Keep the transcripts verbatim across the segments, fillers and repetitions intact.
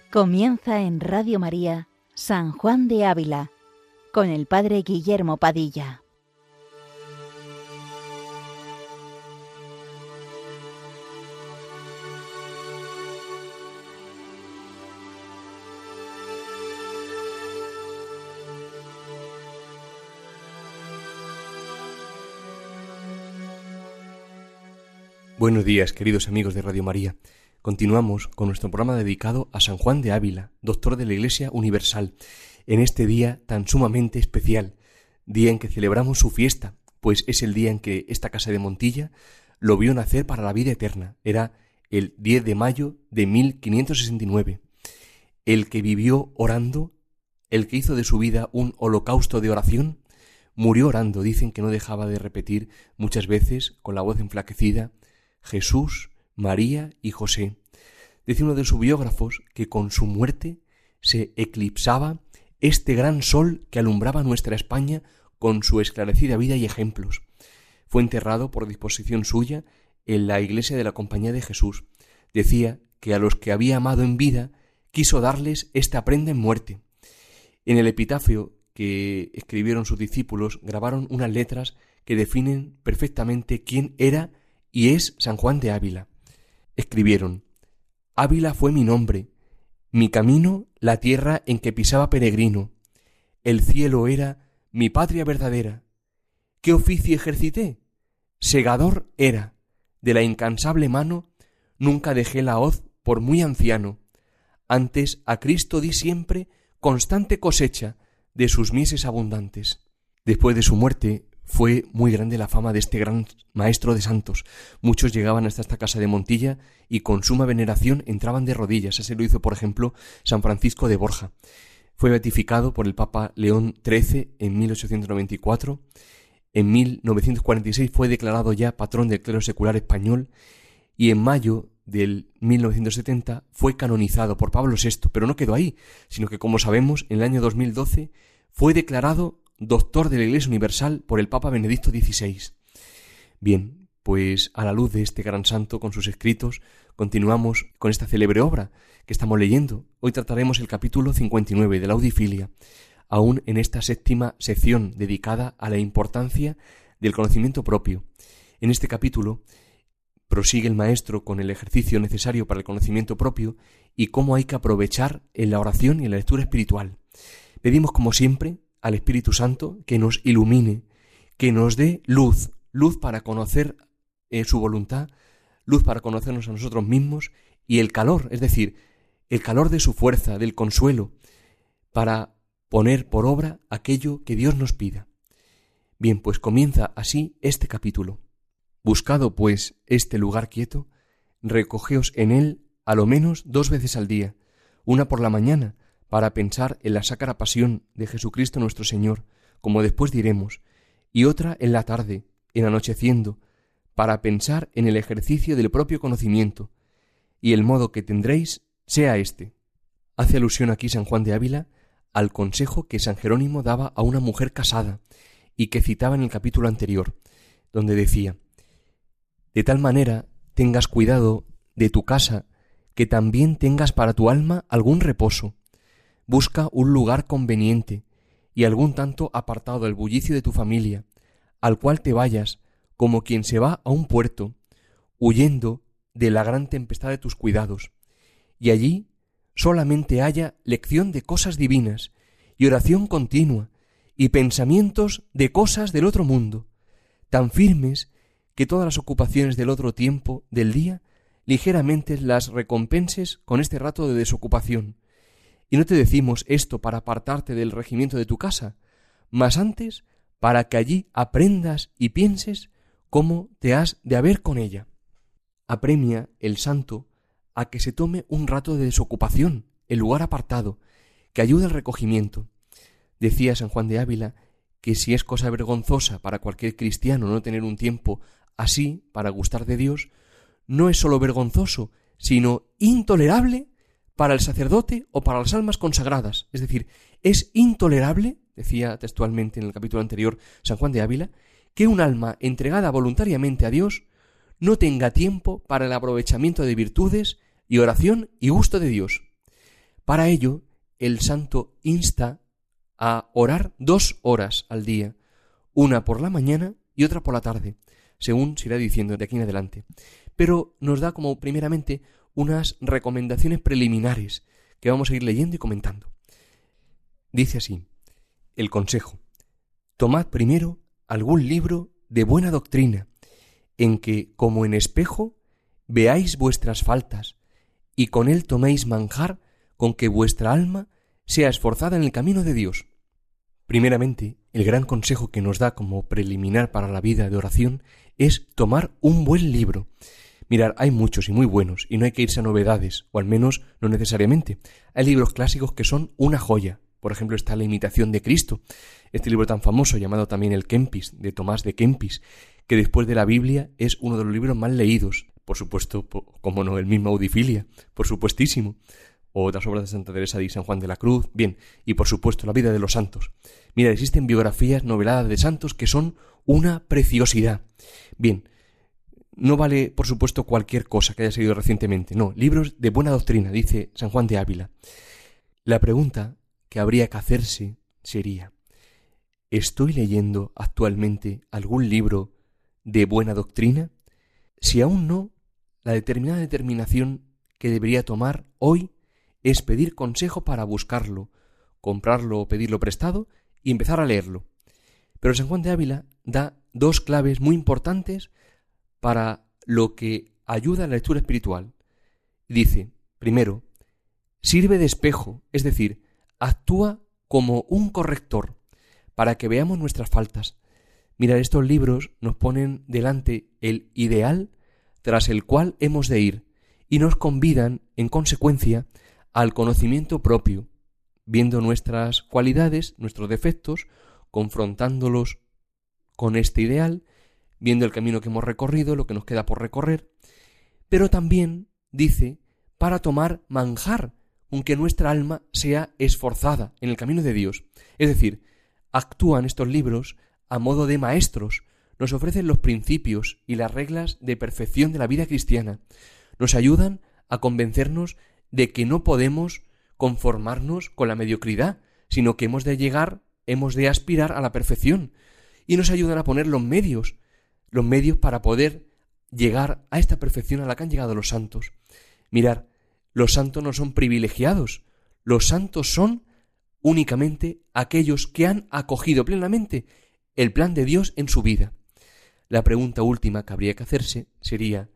Comienza en Radio María San Juan de Ávila con el Padre Guillermo Padilla. Buenos días, queridos amigos de Radio María. Continuamos con nuestro programa dedicado a San Juan de Ávila, doctor de la Iglesia Universal, en este día tan sumamente especial, día en que celebramos su fiesta, pues es el día en que esta casa de Montilla lo vio nacer para la vida eterna. Era el diez de mayo de mil quinientos sesenta y nueve. El que vivió orando, el que hizo de su vida un holocausto de oración, murió orando. Dicen que no dejaba de repetir muchas veces, con la voz enflaquecida, Jesús, María y José. Dice uno de sus biógrafos que con su muerte se eclipsaba este gran sol que alumbraba nuestra España con su esclarecida vida y ejemplos. Fue enterrado por disposición suya en la iglesia de la Compañía de Jesús. Decía que a los que había amado en vida quiso darles esta prenda en muerte. En el epitafio que escribieron sus discípulos grabaron unas letras que definen perfectamente quién era y es San Juan de Ávila. Escribieron: Ávila fue mi nombre, mi camino la tierra en que pisaba peregrino, el cielo era mi patria verdadera. ¿Qué oficio ejercité? Segador era, de la incansable mano nunca dejé la hoz por muy anciano, antes a Cristo di siempre constante cosecha de sus mieses abundantes. Después de su muerte fue muy grande la fama de este gran maestro de santos. Muchos llegaban hasta esta casa de Montilla y con suma veneración entraban de rodillas. Así lo hizo, por ejemplo, San Francisco de Borja. Fue beatificado por el Papa León trece en mil ochocientos noventa y cuatro. En mil novecientos cuarenta y seis fue declarado ya patrón del clero secular español y en mayo del mil novecientos setenta fue canonizado por Pablo sexto. Pero no quedó ahí, sino que, como sabemos, en el año dos mil doce fue declarado doctor de la Iglesia Universal por el Papa Benedicto dieciséis. Bien, pues a la luz de este gran santo con sus escritos, continuamos con esta célebre obra que estamos leyendo. Hoy trataremos el capítulo cincuenta y nueve de la Audifilia, aún en esta séptima sección dedicada a la importancia del conocimiento propio. En este capítulo prosigue el maestro con el ejercicio necesario para el conocimiento propio y cómo hay que aprovechar en la oración y en la lectura espiritual. Pedimos, como siempre, al Espíritu Santo que nos ilumine, que nos dé luz, luz para conocer eh, su voluntad, luz para conocernos a nosotros mismos y el calor, es decir, el calor de su fuerza, del consuelo, para poner por obra aquello que Dios nos pida. Bien, pues comienza así este capítulo. Buscado pues este lugar quieto, recogeos en él a lo menos dos veces al día, una por la mañana, para pensar en la sacra pasión de Jesucristo nuestro Señor, como después diremos, y otra en la tarde, en anocheciendo, para pensar en el ejercicio del propio conocimiento, y el modo que tendréis sea este. Hace alusión aquí San Juan de Ávila al consejo que San Jerónimo daba a una mujer casada, y que citaba en el capítulo anterior, donde decía: de tal manera tengas cuidado de tu casa, que también tengas para tu alma algún reposo. Busca un lugar conveniente y algún tanto apartado del bullicio de tu familia, al cual te vayas como quien se va a un puerto, huyendo de la gran tempestad de tus cuidados, y allí solamente haya lección de cosas divinas y oración continua y pensamientos de cosas del otro mundo, tan firmes que todas las ocupaciones del otro tiempo del día ligeramente las recompenses con este rato de desocupación. Y no te decimos esto para apartarte del regimiento de tu casa, mas antes para que allí aprendas y pienses cómo te has de haber con ella. Apremia el santo a que se tome un rato de desocupación, el lugar apartado, que ayude al recogimiento. Decía San Juan de Ávila que si es cosa vergonzosa para cualquier cristiano no tener un tiempo así para gustar de Dios, no es sólo vergonzoso, sino intolerable para el sacerdote o para las almas consagradas. Es decir, es intolerable, decía textualmente en el capítulo anterior San Juan de Ávila, que un alma entregada voluntariamente a Dios no tenga tiempo para el aprovechamiento de virtudes y oración y gusto de Dios. Para ello, el santo insta a orar dos horas al día, una por la mañana y otra por la tarde, según se irá diciendo de aquí en adelante. Pero nos da como primeramente unas recomendaciones preliminares que vamos a ir leyendo y comentando. Dice así, el consejo: tomad primero algún libro de buena doctrina, en que, como en espejo, veáis vuestras faltas, y con él toméis manjar con que vuestra alma sea esforzada en el camino de Dios. Primeramente, el gran consejo que nos da como preliminar para la vida de oración es tomar un buen libro. Mirad, hay muchos y muy buenos, y no hay que irse a novedades, o al menos no necesariamente. Hay libros clásicos que son una joya. Por ejemplo, está La imitación de Cristo, este libro tan famoso llamado también el Kempis, de Tomás de Kempis, que después de la Biblia es uno de los libros más leídos. Por supuesto, como no, el mismo Audifilia, por supuestísimo, o otras obras de Santa Teresa de San Juan de la Cruz, bien, y por supuesto la vida de los santos. Mira, existen biografías noveladas de santos que son una preciosidad. Bien, no vale, por supuesto, cualquier cosa que haya salido recientemente, no, libros de buena doctrina, dice San Juan de Ávila. La pregunta que habría que hacerse sería: ¿estoy leyendo actualmente algún libro de buena doctrina? Si aún no, la determinada determinación que debería tomar hoy es pedir consejo para buscarlo, comprarlo o pedirlo prestado y empezar a leerlo. Pero San Juan de Ávila da dos claves muy importantes para lo que ayuda a la lectura espiritual. Dice, primero, sirve de espejo, es decir, actúa como un corrector para que veamos nuestras faltas. Mirad, estos libros nos ponen delante el ideal tras el cual hemos de ir y nos convidan, en consecuencia, al conocimiento propio, viendo nuestras cualidades, nuestros defectos, confrontándolos con este ideal, viendo el camino que hemos recorrido, lo que nos queda por recorrer, pero también, dice, para tomar manjar, aunque nuestra alma sea esforzada en el camino de Dios. Es decir, actúan estos libros a modo de maestros, nos ofrecen los principios y las reglas de perfección de la vida cristiana, nos ayudan a convencernos de que no podemos conformarnos con la mediocridad, sino que hemos de llegar, hemos de aspirar a la perfección, y nos ayudan a poner los medios, los medios para poder llegar a esta perfección a la que han llegado los santos. Mirad, los santos no son privilegiados, los santos son únicamente aquellos que han acogido plenamente el plan de Dios en su vida. La pregunta última que habría que hacerse sería,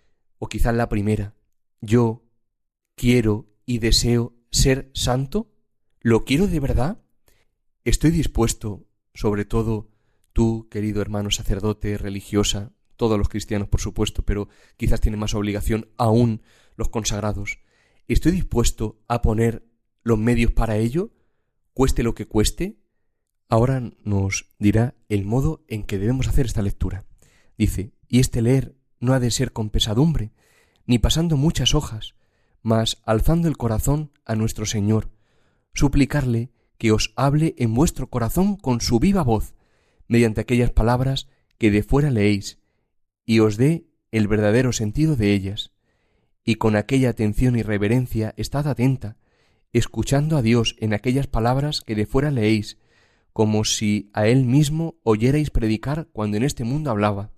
o quizás la primera, ¿yo quiero y deseo ser santo? ¿Lo quiero de verdad? ¿Estoy dispuesto, sobre todo tú, querido hermano sacerdote, religiosa, todos los cristianos por supuesto, pero quizás tienen más obligación aún los consagrados, ¿estoy dispuesto a poner los medios para ello, cueste lo que cueste? Ahora nos dirá el modo en que debemos hacer esta lectura. Dice, y este leer no ha de ser con pesadumbre, ni pasando muchas hojas, mas alzando el corazón a nuestro Señor, suplicarle que os hable en vuestro corazón con su viva voz, mediante aquellas palabras que de fuera leéis, y os dé el verdadero sentido de ellas, y con aquella atención y reverencia estad atenta, escuchando a Dios en aquellas palabras que de fuera leéis, como si a Él mismo oyerais predicar cuando en este mundo hablaba.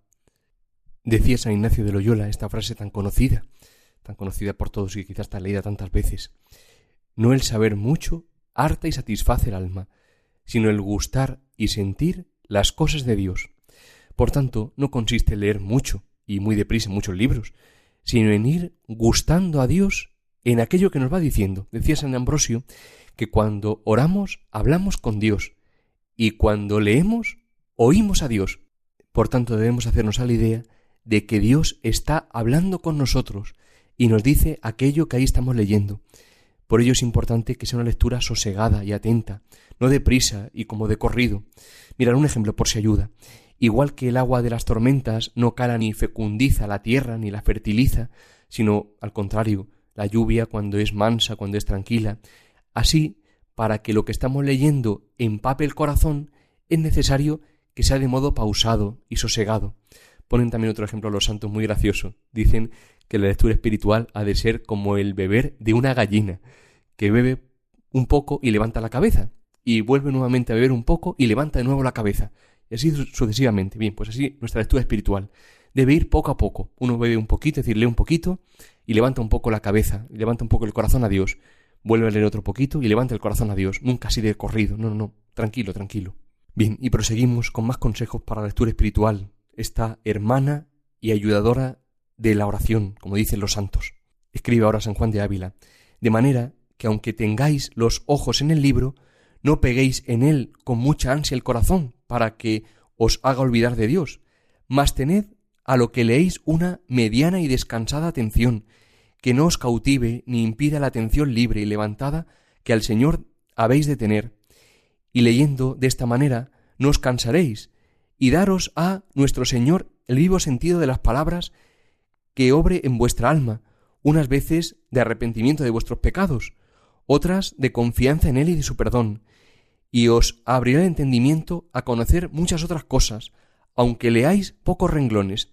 Decía San Ignacio de Loyola esta frase tan conocida, tan conocida por todos y quizás tan leída tantas veces: no el saber mucho harta y satisface el alma, sino el gustar y sentir las cosas de Dios. Por tanto, no consiste en leer mucho y muy deprisa muchos libros, sino en ir gustando a Dios en aquello que nos va diciendo. Decía San Ambrosio que cuando oramos hablamos con Dios y cuando leemos oímos a Dios. Por tanto, debemos hacernos a la idea de que Dios está hablando con nosotros y nos dice aquello que ahí estamos leyendo. Por ello es importante que sea una lectura sosegada y atenta, no deprisa y como de corrido. Mirad un ejemplo por si ayuda. Igual que el agua de las tormentas no cala ni fecundiza la tierra ni la fertiliza, sino al contrario, la lluvia cuando es mansa, cuando es tranquila. Así, para que lo que estamos leyendo empape el corazón, es necesario que sea de modo pausado y sosegado. Ponen también otro ejemplo los santos muy gracioso. Dicen que la lectura espiritual ha de ser como el beber de una gallina, que bebe un poco y levanta la cabeza, y vuelve nuevamente a beber un poco y levanta de nuevo la cabeza, y así sucesivamente. Bien, pues así nuestra lectura espiritual debe ir poco a poco. Uno bebe un poquito, es decir, lee un poquito y levanta un poco la cabeza, y levanta un poco el corazón a Dios, vuelve a leer otro poquito y levanta el corazón a Dios, nunca así de corrido, no, no, no, tranquilo, tranquilo. Bien, y proseguimos con más consejos para la lectura espiritual, esta hermana y ayudadora de la oración, como dicen los santos. Escribe ahora San Juan de Ávila: de manera que aunque tengáis los ojos en el libro, no peguéis en él con mucha ansia el corazón para que os haga olvidar de Dios, mas tened a lo que leéis una mediana y descansada atención, que no os cautive ni impida la atención libre y levantada que al Señor habéis de tener. Y leyendo de esta manera no os cansaréis, y daros a nuestro Señor el vivo sentido de las palabras que obre en vuestra alma, unas veces de arrepentimiento de vuestros pecados, otras de confianza en Él y de su perdón, y os abrirá el entendimiento a conocer muchas otras cosas, aunque leáis pocos renglones.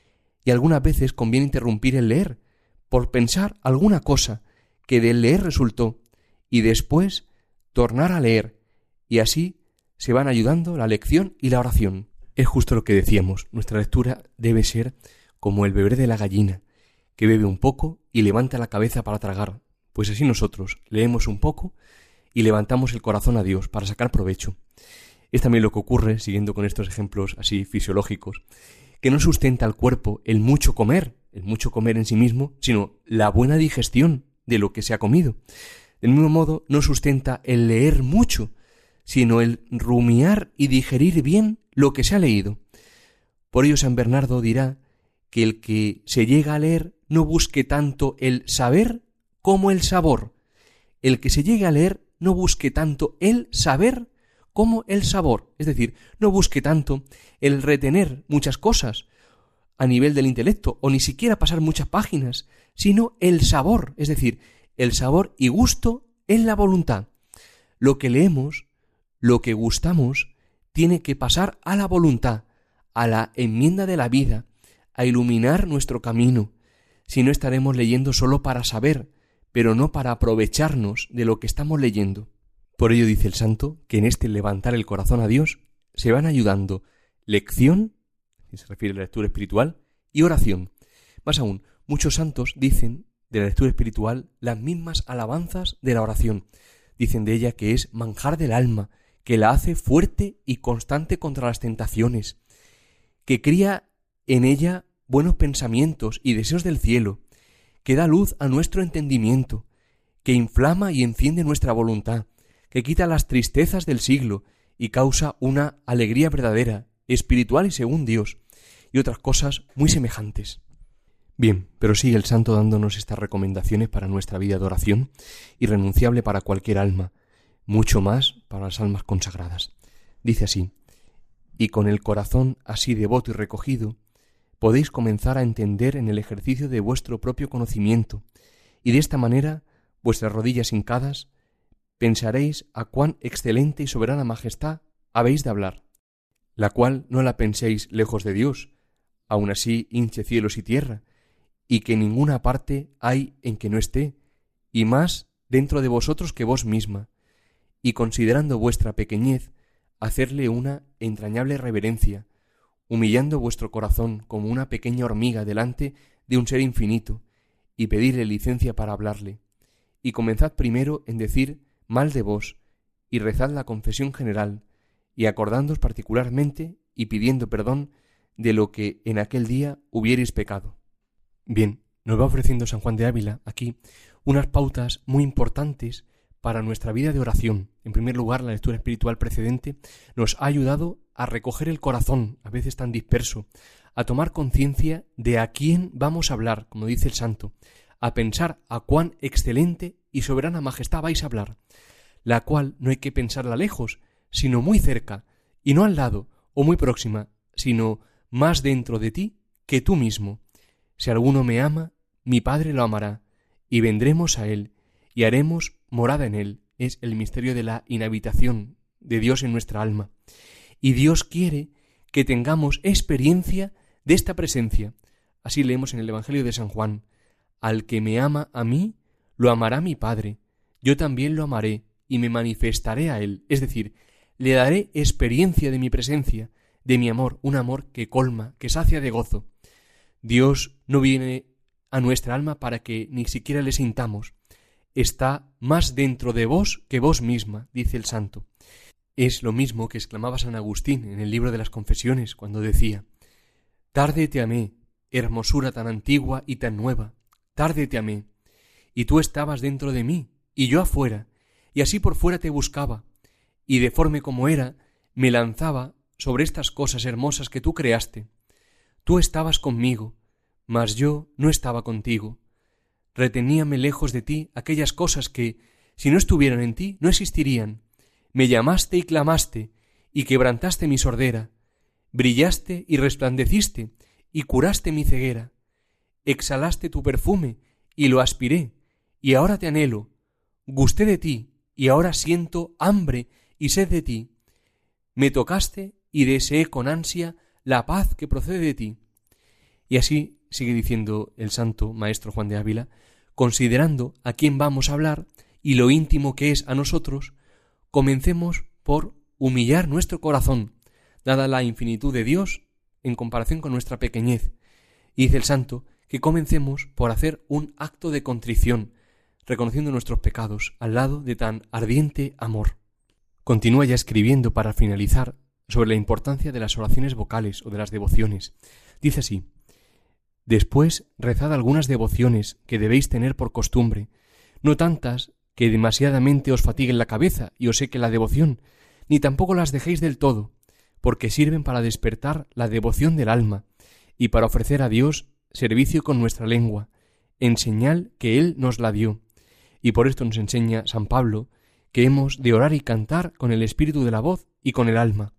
Y algunas veces conviene interrumpir el leer, por pensar alguna cosa que del leer resultó, y después tornar a leer, y así se van ayudando la lección y la oración. Es justo lo que decíamos, nuestra lectura debe ser como el beber de la gallina, que bebe un poco y levanta la cabeza para tragar. Pues así nosotros leemos un poco y levantamos el corazón a Dios para sacar provecho. Es también lo que ocurre, siguiendo con estos ejemplos así fisiológicos, que no sustenta al cuerpo el mucho comer, el mucho comer en sí mismo, sino la buena digestión de lo que se ha comido. Del mismo modo, no sustenta el leer mucho, sino el rumiar y digerir bien lo que se ha leído. Por ello San Bernardo dirá que el que se llega a leer no busque tanto el saber como el sabor. El que se llegue a leer no busque tanto el saber como el sabor. Es decir, no busque tanto el retener muchas cosas a nivel del intelecto, o ni siquiera pasar muchas páginas, sino el sabor, es decir, el sabor y gusto en la voluntad. Lo que leemos, lo que gustamos, tiene que pasar a la voluntad, a la enmienda de la vida, a iluminar nuestro camino. Si no, estaremos leyendo solo para saber, pero no para aprovecharnos de lo que estamos leyendo. Por ello dice el santo que en este levantar el corazón a Dios se van ayudando lección, si se refiere a la lectura espiritual, y oración. Más aún, muchos santos dicen de la lectura espiritual las mismas alabanzas de la oración. Dicen de ella que es manjar del alma, que la hace fuerte y constante contra las tentaciones, que cría en ella buenos pensamientos y deseos del cielo, que da luz a nuestro entendimiento, que inflama y enciende nuestra voluntad, que quita las tristezas del siglo y causa una alegría verdadera, espiritual y según Dios, y otras cosas muy semejantes. Bien, pero sigue el santo dándonos estas recomendaciones para nuestra vida de oración, irrenunciable para cualquier alma, mucho más para las almas consagradas. Dice así: y con el corazón así devoto y recogido, podéis comenzar a entender en el ejercicio de vuestro propio conocimiento, y de esta manera, vuestras rodillas hincadas, pensaréis a cuán excelente y soberana majestad habéis de hablar, la cual no la penséis lejos de Dios, aun así hinche cielos y tierra, y que ninguna parte hay en que no esté, y más dentro de vosotros que vos misma, y considerando vuestra pequeñez, hacerle una entrañable reverencia, humillando vuestro corazón como una pequeña hormiga delante de un ser infinito, y pedirle licencia para hablarle. Y comenzad primero en decir mal de vos, y rezad la confesión general, y acordándoos particularmente y pidiendo perdón de lo que en aquel día hubierais pecado. Bien, nos va ofreciendo San Juan de Ávila aquí unas pautas muy importantes para nuestra vida de oración. En primer lugar, la lectura espiritual precedente nos ha ayudado a recoger el corazón, a veces tan disperso, a tomar conciencia de a quién vamos a hablar, como dice el santo, a pensar a cuán excelente y soberana majestad vais a hablar, la cual no hay que pensarla lejos, sino muy cerca, y no al lado o muy próxima, sino más dentro de ti que tú mismo. Si alguno me ama, mi Padre lo amará, y vendremos a él, y haremos morada en él. Es el misterio de la inhabitación de Dios en nuestra alma. Y Dios quiere que tengamos experiencia de esta presencia. Así leemos en el Evangelio de San Juan: al que me ama a mí, lo amará mi Padre. Yo yo también lo amaré y me manifestaré a él, es decir, le daré experiencia de mi presencia, de mi amor, un amor que colma, que sacia de gozo. Dios no viene a nuestra alma para que ni siquiera le sintamos. Está más dentro de vos que vos misma, dice el santo. Es lo mismo que exclamaba San Agustín en el libro de las Confesiones, cuando decía: «Tarde te amé, hermosura tan antigua y tan nueva, tarde te amé, y tú estabas dentro de mí, y yo afuera, y así por fuera te buscaba, y deforme como era, me lanzaba sobre estas cosas hermosas que tú creaste. Tú estabas conmigo, mas yo no estaba contigo. Reteníame lejos de ti aquellas cosas que, si no estuvieran en ti, no existirían. Me llamaste y clamaste, y quebrantaste mi sordera. Brillaste y resplandeciste, y curaste mi ceguera. Exhalaste tu perfume, y lo aspiré, y ahora te anhelo. Gusté de ti, y ahora siento hambre y sed de ti. Me tocaste y deseé con ansia la paz que procede de ti». Y así sigue diciendo el santo maestro Juan de Ávila, considerando a quién vamos a hablar y lo íntimo que es a nosotros, comencemos por humillar nuestro corazón, dada la infinitud de Dios en comparación con nuestra pequeñez. Y dice el santo que comencemos por hacer un acto de contrición, reconociendo nuestros pecados al lado de tan ardiente amor. Continúa ya escribiendo para finalizar sobre la importancia de las oraciones vocales o de las devociones. Dice así: «Después rezad algunas devociones que debéis tener por costumbre, no tantas que demasiadamente os fatiguen la cabeza y os seque la devoción, ni tampoco las dejéis del todo, porque sirven para despertar la devoción del alma y para ofrecer a Dios servicio con nuestra lengua, en señal que Él nos la dio. Y por esto nos enseña San Pablo que hemos de orar y cantar con el espíritu de la voz y con el alma.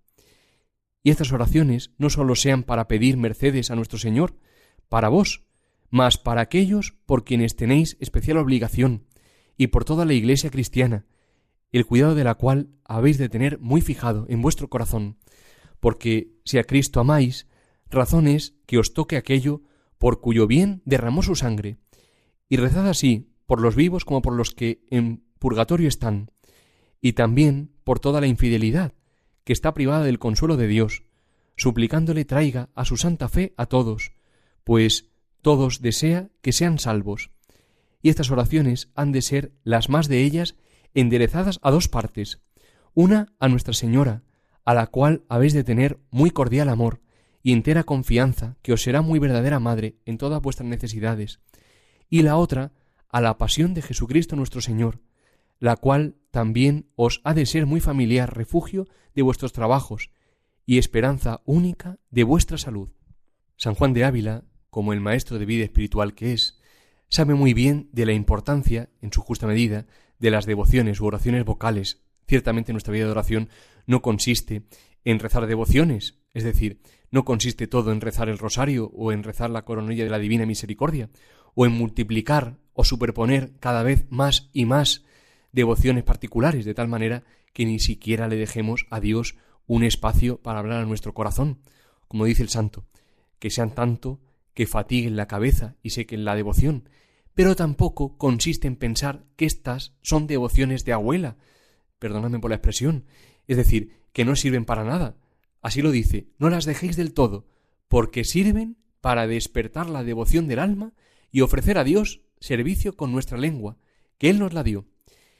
Y estas oraciones no sólo sean para pedir mercedes a nuestro Señor, para vos, mas para aquellos por quienes tenéis especial obligación, y por toda la Iglesia cristiana, el cuidado de la cual habéis de tener muy fijado en vuestro corazón, porque si a Cristo amáis, razón es que os toque aquello por cuyo bien derramó su sangre, y rezad así por los vivos como por los que en purgatorio están, y también por toda la infidelidad, que está privada del consuelo de Dios, suplicándole traiga a su santa fe a todos, pues todos desea que sean salvos. Y estas oraciones han de ser las más de ellas enderezadas a dos partes, una a Nuestra Señora, a la cual habéis de tener muy cordial amor y entera confianza, que os será muy verdadera madre en todas vuestras necesidades, y la otra a la pasión de Jesucristo nuestro Señor, la cual también os ha de ser muy familiar refugio de vuestros trabajos y esperanza única de vuestra salud. San Juan de Ávila, como el maestro de vida espiritual que es, sabe muy bien de la importancia, en su justa medida, de las devociones u oraciones vocales. Ciertamente nuestra vida de oración no consiste en rezar devociones, es decir, no consiste todo en rezar el rosario o en rezar la coronilla de la Divina Misericordia, o en multiplicar o superponer cada vez más y más devociones particulares, de tal manera que ni siquiera le dejemos a Dios un espacio para hablar a nuestro corazón, como dice el santo, que sean tanto que fatiguen la cabeza y sequen la devoción, pero tampoco consiste en pensar que estas son devociones de abuela, perdonadme por la expresión, es decir, que no sirven para nada. Así lo dice, no las dejéis del todo, porque sirven para despertar la devoción del alma y ofrecer a Dios servicio con nuestra lengua, que Él nos la dio.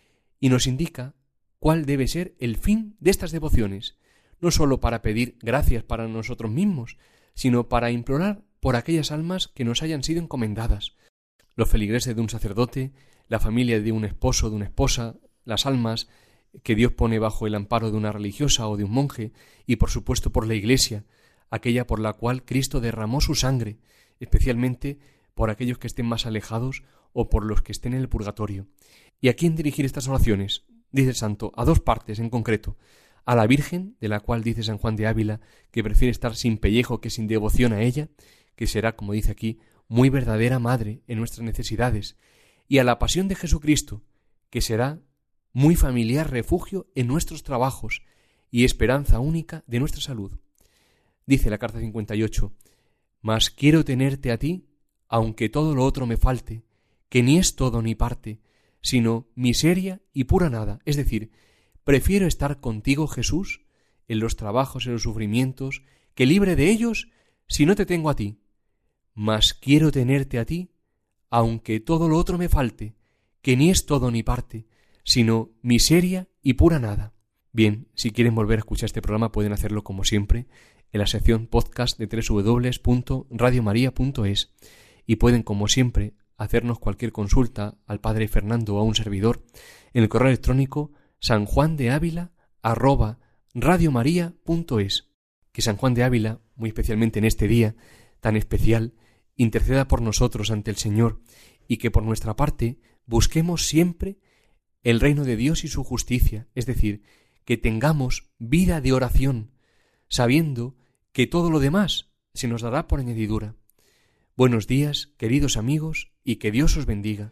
Y nos indica cuál debe ser el fin de estas devociones, no sólo para pedir gracias para nosotros mismos, sino para implorar por aquellas almas que nos hayan sido encomendadas, los feligreses de un sacerdote, la familia de un esposo o de una esposa, las almas que Dios pone bajo el amparo de una religiosa o de un monje, y por supuesto por la Iglesia, aquella por la cual Cristo derramó su sangre, especialmente por aquellos que estén más alejados o por los que estén en el purgatorio. ¿Y a quién dirigir estas oraciones? Dice el santo, a dos partes en concreto: a la Virgen, de la cual dice San Juan de Ávila que prefiere estar sin pellejo que sin devoción a ella, que será, como dice aquí, muy verdadera madre en nuestras necesidades, y a la pasión de Jesucristo, que será muy familiar refugio en nuestros trabajos y esperanza única de nuestra salud. Dice la carta cincuenta y ocho, «Mas quiero tenerte a ti, aunque todo lo otro me falte, que ni es todo ni parte, sino miseria y pura nada. Es decir, prefiero estar contigo, Jesús, en los trabajos, en los sufrimientos, que libre de ellos si no te tengo a ti. Mas quiero tenerte a ti, aunque todo lo otro me falte, que ni es todo ni parte, sino miseria y pura nada. Bien, si quieren volver a escuchar este programa pueden hacerlo como siempre en la sección podcast de doble u doble u doble u punto radio maría punto es y pueden como siempre hacernos cualquier consulta al Padre Fernando o a un servidor en el correo electrónico sanjuandeavila arroba radiomaria punto es. Que San Juan de Ávila, muy especialmente en este día tan especial, interceda por nosotros ante el Señor y que por nuestra parte busquemos siempre el reino de Dios y su justicia, es decir, que tengamos vida de oración, sabiendo que todo lo demás se nos dará por añadidura. Buenos días, queridos amigos, y que Dios os bendiga.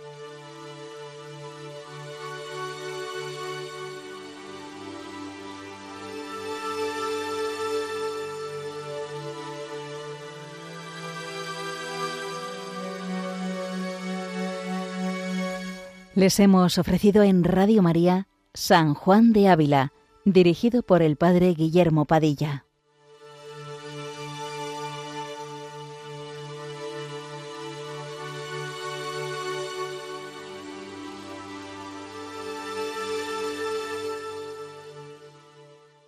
Les hemos ofrecido en Radio María San Juan de Ávila, dirigido por el Padre Guillermo Padilla.